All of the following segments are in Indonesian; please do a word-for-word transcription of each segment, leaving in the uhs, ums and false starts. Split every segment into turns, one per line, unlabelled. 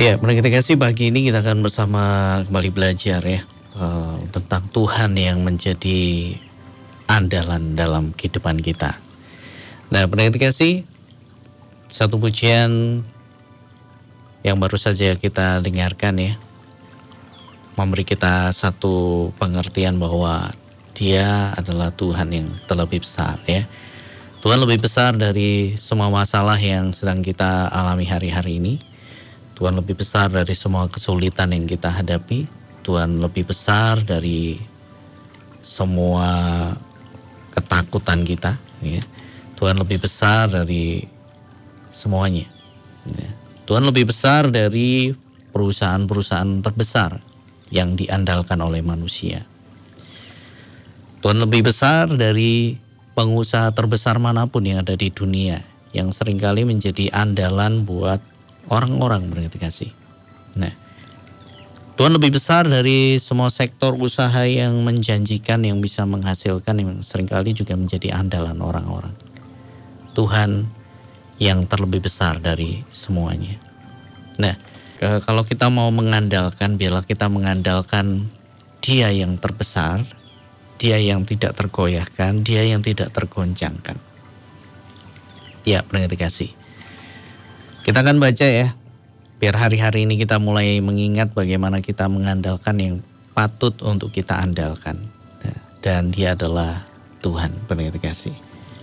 Ya, pendengar kasih, pagi ini kita akan bersama kembali belajar ya eh, tentang Tuhan yang menjadi andalan dalam kehidupan kita. Nah, pendengar kasih, satu pujian yang baru saja kita dengarkan ya, memberi kita satu pengertian bahwa Dia adalah Tuhan yang terlebih besar ya. Tuhan lebih besar dari semua masalah yang sedang kita alami hari-hari ini. Tuhan lebih besar dari semua kesulitan yang kita hadapi. Tuhan lebih besar dari semua ketakutan kita. Ya. Tuhan lebih besar dari semuanya. Ya. Tuhan lebih besar dari perusahaan-perusahaan terbesar yang diandalkan oleh manusia. Tuhan lebih besar dari pengusaha terbesar manapun yang ada di dunia, yang seringkali menjadi andalan buat orang-orang berarti kasih. Nah, Tuhan lebih besar dari semua sektor usaha yang menjanjikan, yang bisa menghasilkan, yang seringkali juga menjadi andalan orang-orang. Tuhan yang terlebih besar dari semuanya. Nah, kalau kita mau mengandalkan, biarlah kita mengandalkan Dia yang terbesar, Dia yang tidak tergoyahkan, Dia yang tidak tergoncangkan. Ya, pendengar kasih. Kita akan baca ya, biar hari-hari ini kita mulai mengingat bagaimana kita mengandalkan yang patut untuk kita andalkan. Dan Dia adalah Tuhan, pendengar kasih.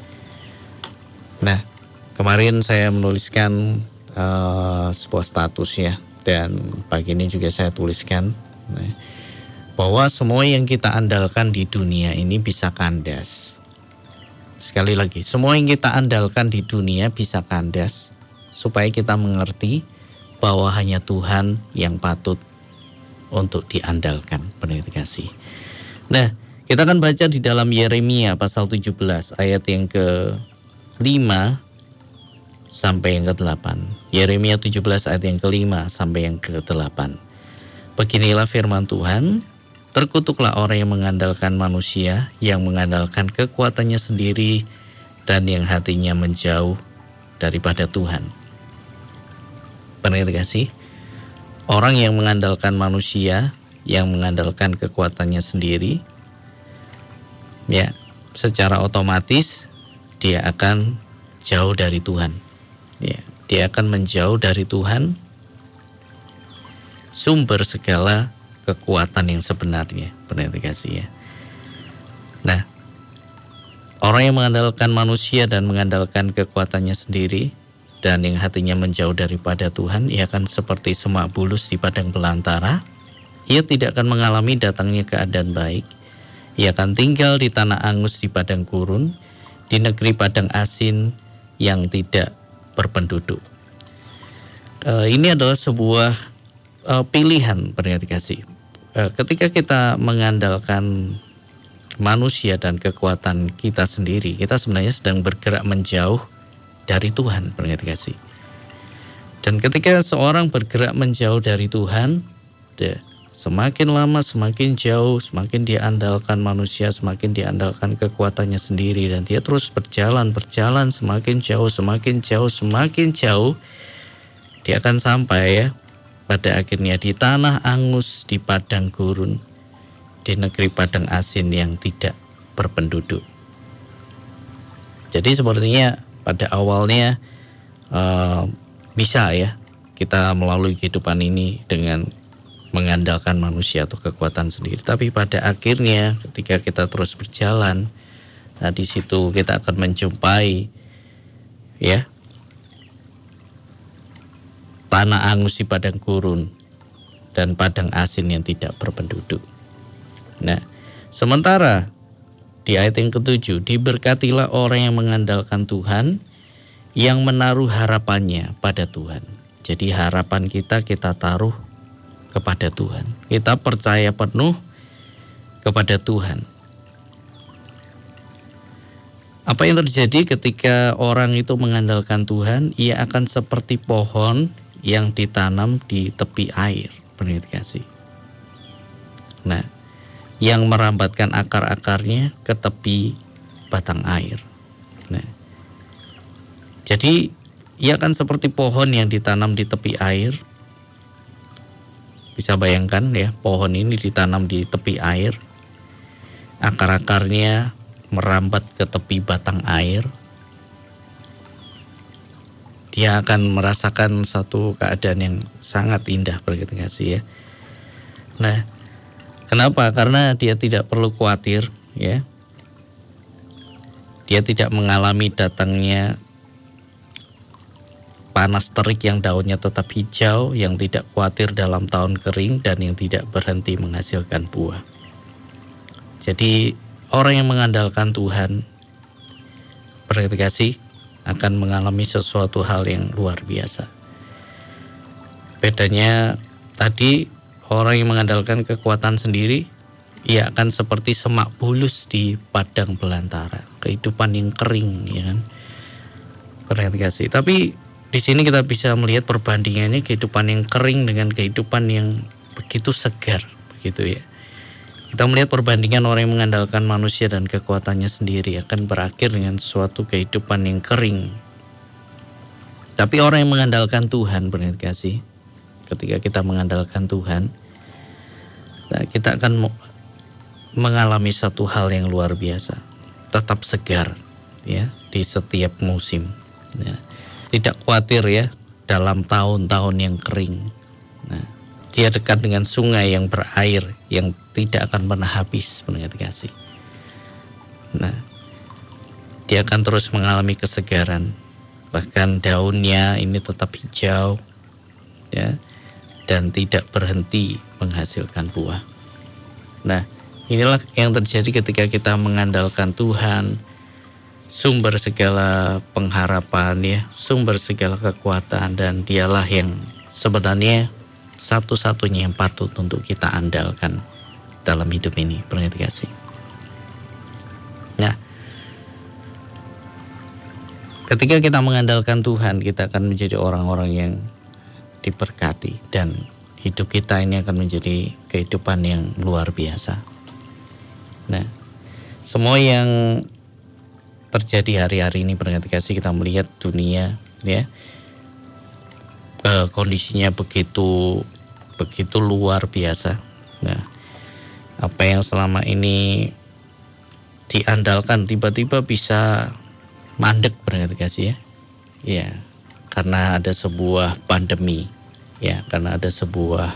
Nah, kemarin saya menuliskan uh, sebuah status ya, dan pagi ini juga saya tuliskan nah, bahwa semua yang kita andalkan di dunia ini bisa kandas. Sekali lagi, semua yang kita andalkan di dunia bisa kandas, supaya kita mengerti bahwa hanya Tuhan yang patut untuk diandalkan, pendengar kasih. Nah, kita akan baca di dalam Yeremia pasal tujuh belas ayat yang ke lima sampai yang ke delapan. Yeremia tujuh belas ayat yang ke lima sampai yang ke delapan. Beginilah firman Tuhan, terkutuklah orang yang mengandalkan manusia, yang mengandalkan kekuatannya sendiri, dan yang hatinya menjauh daripada Tuhan. Pendengar kasih, orang yang mengandalkan manusia, yang mengandalkan kekuatannya sendiri, ya, secara otomatis dia akan jauh dari Tuhan. Ya, dia akan menjauh dari Tuhan, sumber segala kekuatan yang sebenarnya, pendengar kasih ya. Nah, orang yang mengandalkan manusia dan mengandalkan kekuatannya sendiri, dan yang hatinya menjauh daripada Tuhan, ia akan seperti semak bulus di padang belantara. Ia tidak akan mengalami datangnya keadaan baik. Ia akan tinggal di tanah angus di padang gurun, di negeri padang asin yang tidak berpenduduk. E, ini adalah sebuah e, pilihan, pendengar kasih. E, ketika kita mengandalkan manusia dan kekuatan kita sendiri, kita sebenarnya sedang bergerak menjauh dari Tuhan, pendengar kasih. Dan ketika seorang bergerak menjauh dari Tuhan, deh, semakin lama semakin jauh, semakin dia andalkan manusia, semakin dia andalkan kekuatannya sendiri, dan dia terus berjalan, berjalan semakin jauh, semakin jauh, semakin jauh, dia akan sampai ya, pada akhirnya di tanah angus, di padang gurun, di negeri padang asin yang tidak berpenduduk. Jadi sepertinya pada awalnya uh, bisa ya kita melalui kehidupan ini dengan mengandalkan manusia atau kekuatan sendiri. Tapi pada akhirnya ketika kita terus berjalan, nah di situ kita akan menjumpai ya tanah angus di padang gurun dan padang asin yang tidak berpenduduk. Nah, sementara di ayat yang ketujuh, diberkatilah orang yang mengandalkan Tuhan, yang menaruh harapannya pada Tuhan. Jadi harapan kita, kita taruh kepada Tuhan. Kita percaya penuh kepada Tuhan. Apa yang terjadi ketika orang itu mengandalkan Tuhan? Ia akan seperti pohon yang ditanam di tepi air, pendengar kasih. Nah, yang merambatkan akar-akarnya ke tepi batang air. Nah, jadi ia akan seperti pohon yang ditanam di tepi air, Bisa bayangkan ya, pohon ini ditanam di tepi air, akar-akarnya merambat ke tepi batang air. Dia akan merasakan satu keadaan yang sangat indah, begitu kasih ya. Nah, kenapa? Karena dia tidak perlu khawatir ya. Dia tidak mengalami datangnya panas terik yang daunnya tetap hijau, yang tidak khawatir dalam tahun kering, dan yang tidak berhenti menghasilkan buah. Jadi orang yang mengandalkan Tuhan, berarti kasih, akan mengalami sesuatu hal yang luar biasa. Bedanya tadi, orang yang mengandalkan kekuatan sendiri, ia akan seperti semak bulus di padang belantara, kehidupan yang kering, ya kan? Berarti kasih. Tapi di sini kita bisa melihat perbandingannya kehidupan yang kering dengan kehidupan yang begitu segar, begitu ya. Kita melihat perbandingan orang yang mengandalkan manusia dan kekuatannya sendiri akan berakhir dengan suatu kehidupan yang kering. Tapi orang yang mengandalkan Tuhan, benar kasih, ketika kita mengandalkan Tuhan, nah kita akan mengalami satu hal yang luar biasa, tetap segar ya di setiap musim. Ya. Tidak khawatir ya dalam tahun-tahun yang kering. Nah, dia dekat dengan sungai yang berair yang tidak akan pernah habis, benar kasih. Nah, dia akan terus mengalami kesegaran, bahkan daunnya ini tetap hijau ya, dan tidak berhenti menghasilkan buah. Nah, inilah yang terjadi ketika kita mengandalkan Tuhan, sumber segala pengharapan ya, sumber segala kekuatan, dan dialah yang sebenarnya satu-satunya yang patut untuk kita andalkan dalam hidup ini, benar kasih. Nah, ketika kita mengandalkan Tuhan, kita akan menjadi orang-orang yang diberkati, dan hidup kita ini akan menjadi kehidupan yang luar biasa. Nah, semua yang terjadi hari-hari ini, berarti kasih, kita melihat dunia ya, e, kondisinya begitu begitu luar biasa. Nah, apa yang selama ini diandalkan tiba-tiba bisa mandek, berarti kasih ya. Ya, karena ada sebuah pandemi ya, karena ada sebuah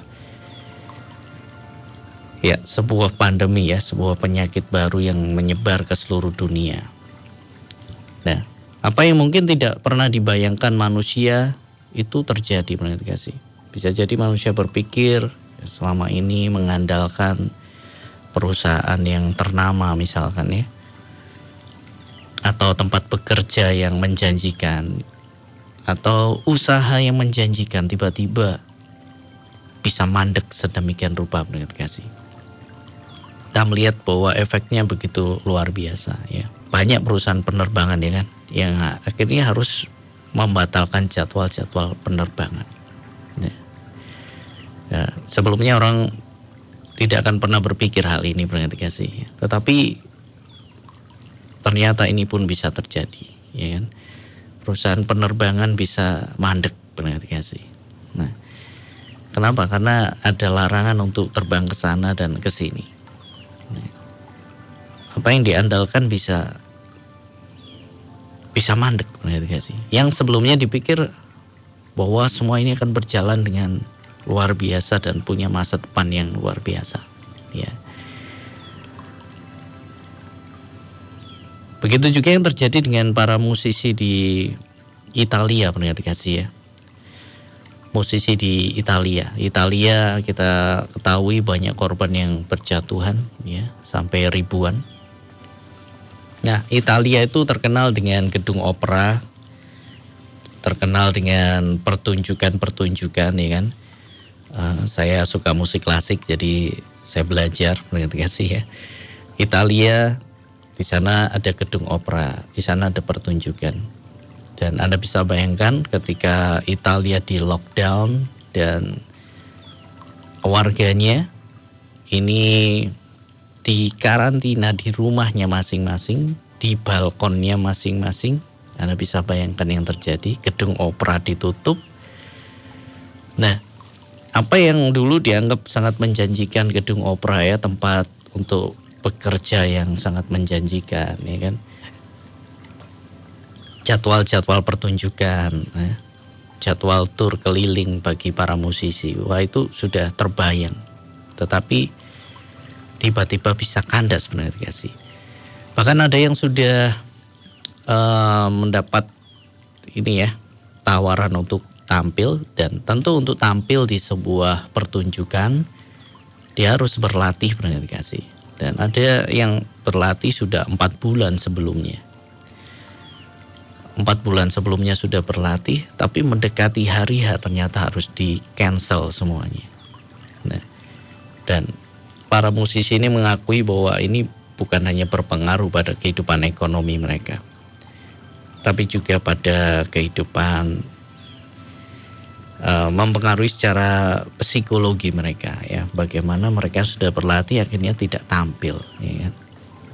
ya sebuah pandemi ya, sebuah penyakit baru yang menyebar ke seluruh dunia. Nah, apa yang mungkin tidak pernah dibayangkan manusia itu terjadi, benar kasih. Bisa jadi manusia berpikir ya, selama ini mengandalkan perusahaan yang ternama misalkan ya, atau tempat bekerja yang menjanjikan, atau usaha yang menjanjikan, tiba-tiba bisa mandek sedemikian rupa, benar kasih. Kita melihat bahwa efeknya begitu luar biasa ya. Banyak perusahaan penerbangan ya kan, yang akhirnya harus membatalkan jadwal-jadwal penerbangan. Ya. Ya, sebelumnya orang tidak akan pernah berpikir hal ini, berarti kasih. Tetapi ternyata ini pun bisa terjadi, ya kan? Perusahaan penerbangan bisa mandek, berarti kasih. Nah, kenapa? Karena ada larangan untuk terbang ke sana dan ke sini. Nah, apa yang diandalkan bisa bisa mandek, benar sih. Yang sebelumnya dipikir bahwa semua ini akan berjalan dengan luar biasa dan punya masa depan yang luar biasa, ya. Begitu juga yang terjadi dengan para musisi di Italia, benar kasih ya. Musisi di Italia, Italia kita ketahui banyak korban yang berjatuhan, ya, sampai ribuan. Nah, Italia itu terkenal dengan gedung opera, terkenal dengan pertunjukan-pertunjukan, ya kan. Uh, saya suka musik klasik, jadi saya belajar, berarti kasih ya. Italia, di sana ada gedung opera, di sana ada pertunjukan, dan Anda bisa bayangkan ketika Italia di lockdown dan warganya ini di karantina di rumahnya masing-masing, di balkonnya masing-masing. Anda bisa bayangkan yang terjadi, gedung opera ditutup. Nah, apa yang dulu dianggap sangat menjanjikan, gedung opera ya, tempat untuk bekerja yang sangat menjanjikan, ya kan. Jadwal-jadwal pertunjukan, ya. Jadwal tur keliling bagi para musisi, wah itu sudah terbayang. Tetapi tiba-tiba bisa kandas benar kasih. Bahkan ada yang sudah uh, mendapat ini ya, tawaran untuk tampil, dan tentu untuk tampil di sebuah pertunjukan dia harus berlatih benar kasih. Dan ada yang berlatih sudah empat bulan sebelumnya. Empat bulan sebelumnya sudah berlatih, tapi mendekati hari H ternyata harus di cancel semuanya. Nah, dan para musisi ini mengakui bahwa ini bukan hanya berpengaruh pada kehidupan ekonomi mereka, tapi juga pada kehidupan uh, mempengaruhi secara psikologi mereka ya. Bagaimana mereka sudah berlatih akhirnya tidak tampil, ya kan?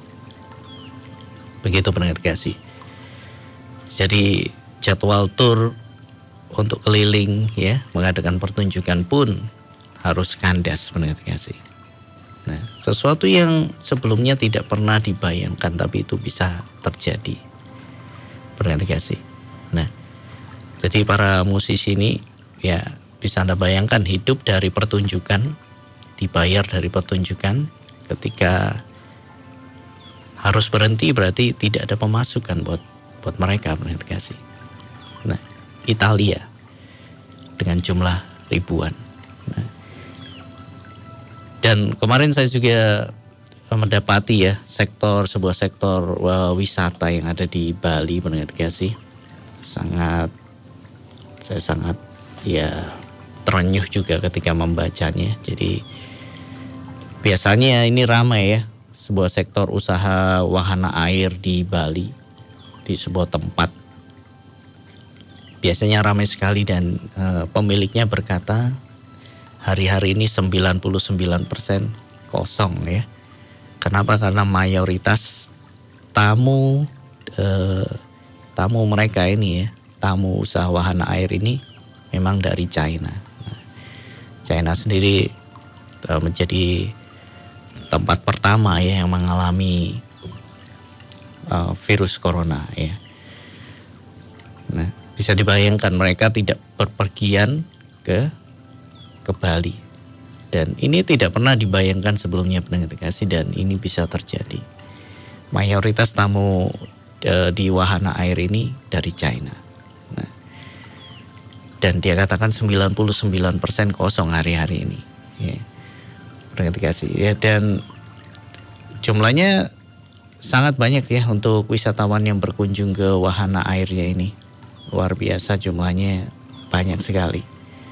Begitu pendengar kasih. Jadi jadwal tur untuk keliling ya, mengadakan pertunjukan pun harus kandas pendengar kasih. Nah, sesuatu yang sebelumnya tidak pernah dibayangkan tapi itu bisa terjadi pendengar kasih. Nah, jadi para musisi ini ya bisa Anda bayangkan hidup dari pertunjukan, dibayar dari pertunjukan, ketika harus berhenti berarti tidak ada pemasukan buat buat mereka pendengar kasih. Nah, Italia dengan jumlah ribuan. Nah, dan kemarin saya juga mendapati ya sektor sebuah sektor uh, wisata yang ada di Bali pendengar kasih, sangat saya sangat ya terenyuh juga ketika membacanya. Jadi biasanya ini ramai ya, sebuah sektor usaha wahana air di Bali, di sebuah tempat biasanya ramai sekali, dan e, pemiliknya berkata hari-hari ini sembilan puluh sembilan persen kosong ya. Kenapa? Karena mayoritas tamu e, tamu mereka ini ya, tamu usaha wahana air ini memang dari China. Nah, China sendiri e, menjadi tempat pertama ya yang mengalami Uh, virus corona ya. Nah, bisa dibayangkan mereka tidak berpergian ke ke Bali, dan ini tidak pernah dibayangkan sebelumnya pendengar kasih, dan ini bisa terjadi. Mayoritas tamu uh, di wahana air ini dari China. Nah, dan dia katakan sembilan puluh sembilan persen kosong hari-hari ini ya. Pendengar kasih ya, dan jumlahnya sangat banyak ya untuk wisatawan yang berkunjung ke wahana airnya ini. Luar biasa jumlahnya, banyak sekali.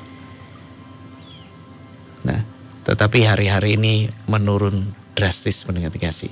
Nah, tetapi hari-hari ini menurun drastis pendengar kasih.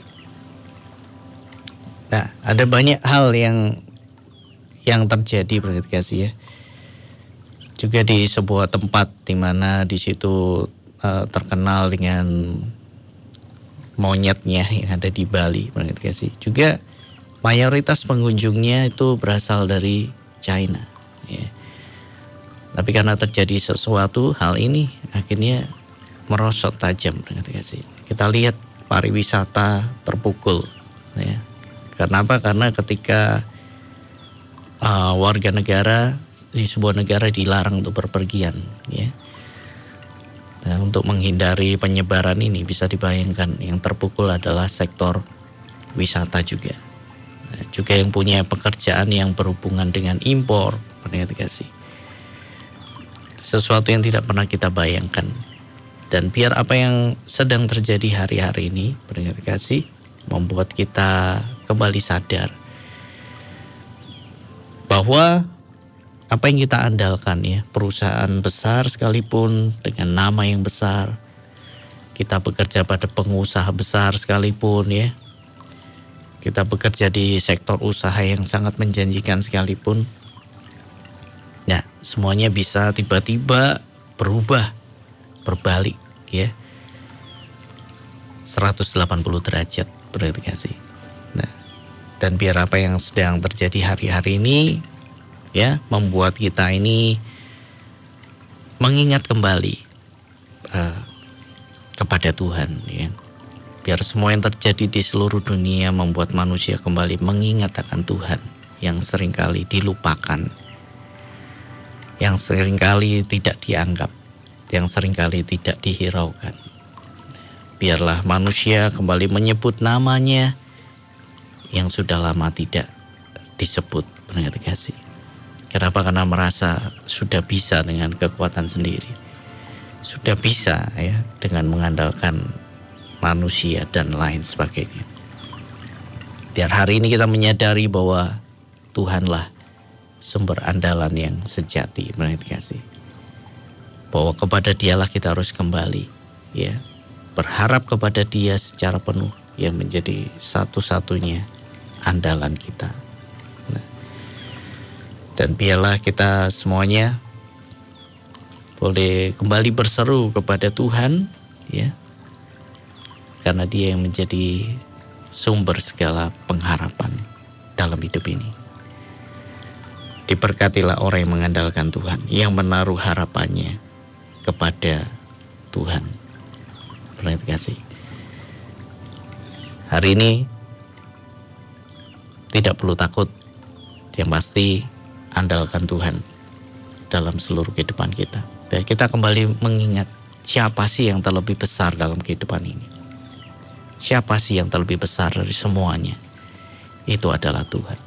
Nah, ada banyak hal yang yang terjadi pendengar kasih ya. Juga di sebuah tempat di mana di situ uh, terkenal dengan monyetnya yang ada di Bali pendengar kasih. Juga mayoritas pengunjungnya itu berasal dari China ya. Tapi karena terjadi sesuatu hal ini akhirnya merosot tajam pendengar kasih. Kita lihat pariwisata terpukul ya. Kenapa? Karena ketika uh, warga negara di sebuah negara dilarang untuk berpergian ya. Nah, untuk menghindari penyebaran ini bisa dibayangkan yang terpukul adalah sektor wisata juga. Nah, juga yang punya pekerjaan yang berhubungan dengan impor, pendengar kasih. Sesuatu yang tidak pernah kita bayangkan. Dan biar apa yang sedang terjadi hari-hari ini, pendengar kasih, membuat kita kembali sadar bahwa apa yang kita andalkan ya, perusahaan besar sekalipun dengan nama yang besar, kita bekerja pada pengusaha besar sekalipun ya, kita bekerja di sektor usaha yang sangat menjanjikan sekalipun, nah semuanya bisa tiba-tiba berubah, berbalik ya, seratus delapan puluh derajat pendengar kasih. Nah, dan biar apa yang sedang terjadi hari-hari ini ya, membuat kita ini mengingat kembali uh, kepada Tuhan, ya. Biar semua yang terjadi di seluruh dunia membuat manusia kembali mengingat akan Tuhan yang seringkali dilupakan, yang seringkali tidak dianggap, yang seringkali tidak dihiraukan. Biarlah manusia kembali menyebut namanya yang sudah lama tidak disebut, pendengar kasih. Kenapa? Karena merasa sudah bisa dengan kekuatan sendiri, sudah bisa ya dengan mengandalkan manusia dan lain sebagainya. Biar hari ini kita menyadari bahwa Tuhanlah sumber andalan yang sejati, pendengar kasih. Bahwa kepada Dialah kita harus kembali, ya. Berharap kepada Dia secara penuh yang menjadi satu-satunya andalan kita. Nah, dan biarlah kita semuanya boleh kembali berseru kepada Tuhan, ya. Karena Dia yang menjadi sumber segala pengharapan dalam hidup ini. Diberkatilah orang yang mengandalkan Tuhan, yang menaruh harapannya kepada Tuhan. Terima kasih. Hari ini tidak perlu takut, yang pasti andalkan Tuhan dalam seluruh kehidupan kita. Biar kita kembali mengingat siapa sih yang terlebih besar dalam kehidupan ini. Siapa sih yang terlebih besar dari semuanya? Itu adalah Tuhan.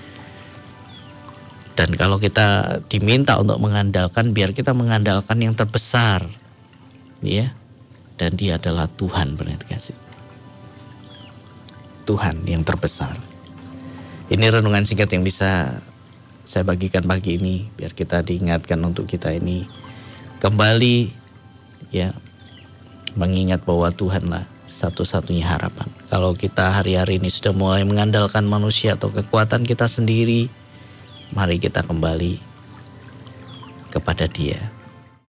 Dan kalau kita diminta untuk mengandalkan, biar kita mengandalkan yang terbesar, ya. Dan Dia adalah Tuhan, benar kasih. Tuhan yang terbesar. Ini renungan singkat yang bisa saya bagikan pagi ini, biar kita diingatkan untuk kita ini kembali, ya, mengingat bahwa Tuhanlah satu-satunya harapan. Kalau kita hari-hari ini sudah mulai mengandalkan manusia atau kekuatan kita sendiri, mari kita kembali kepada Dia.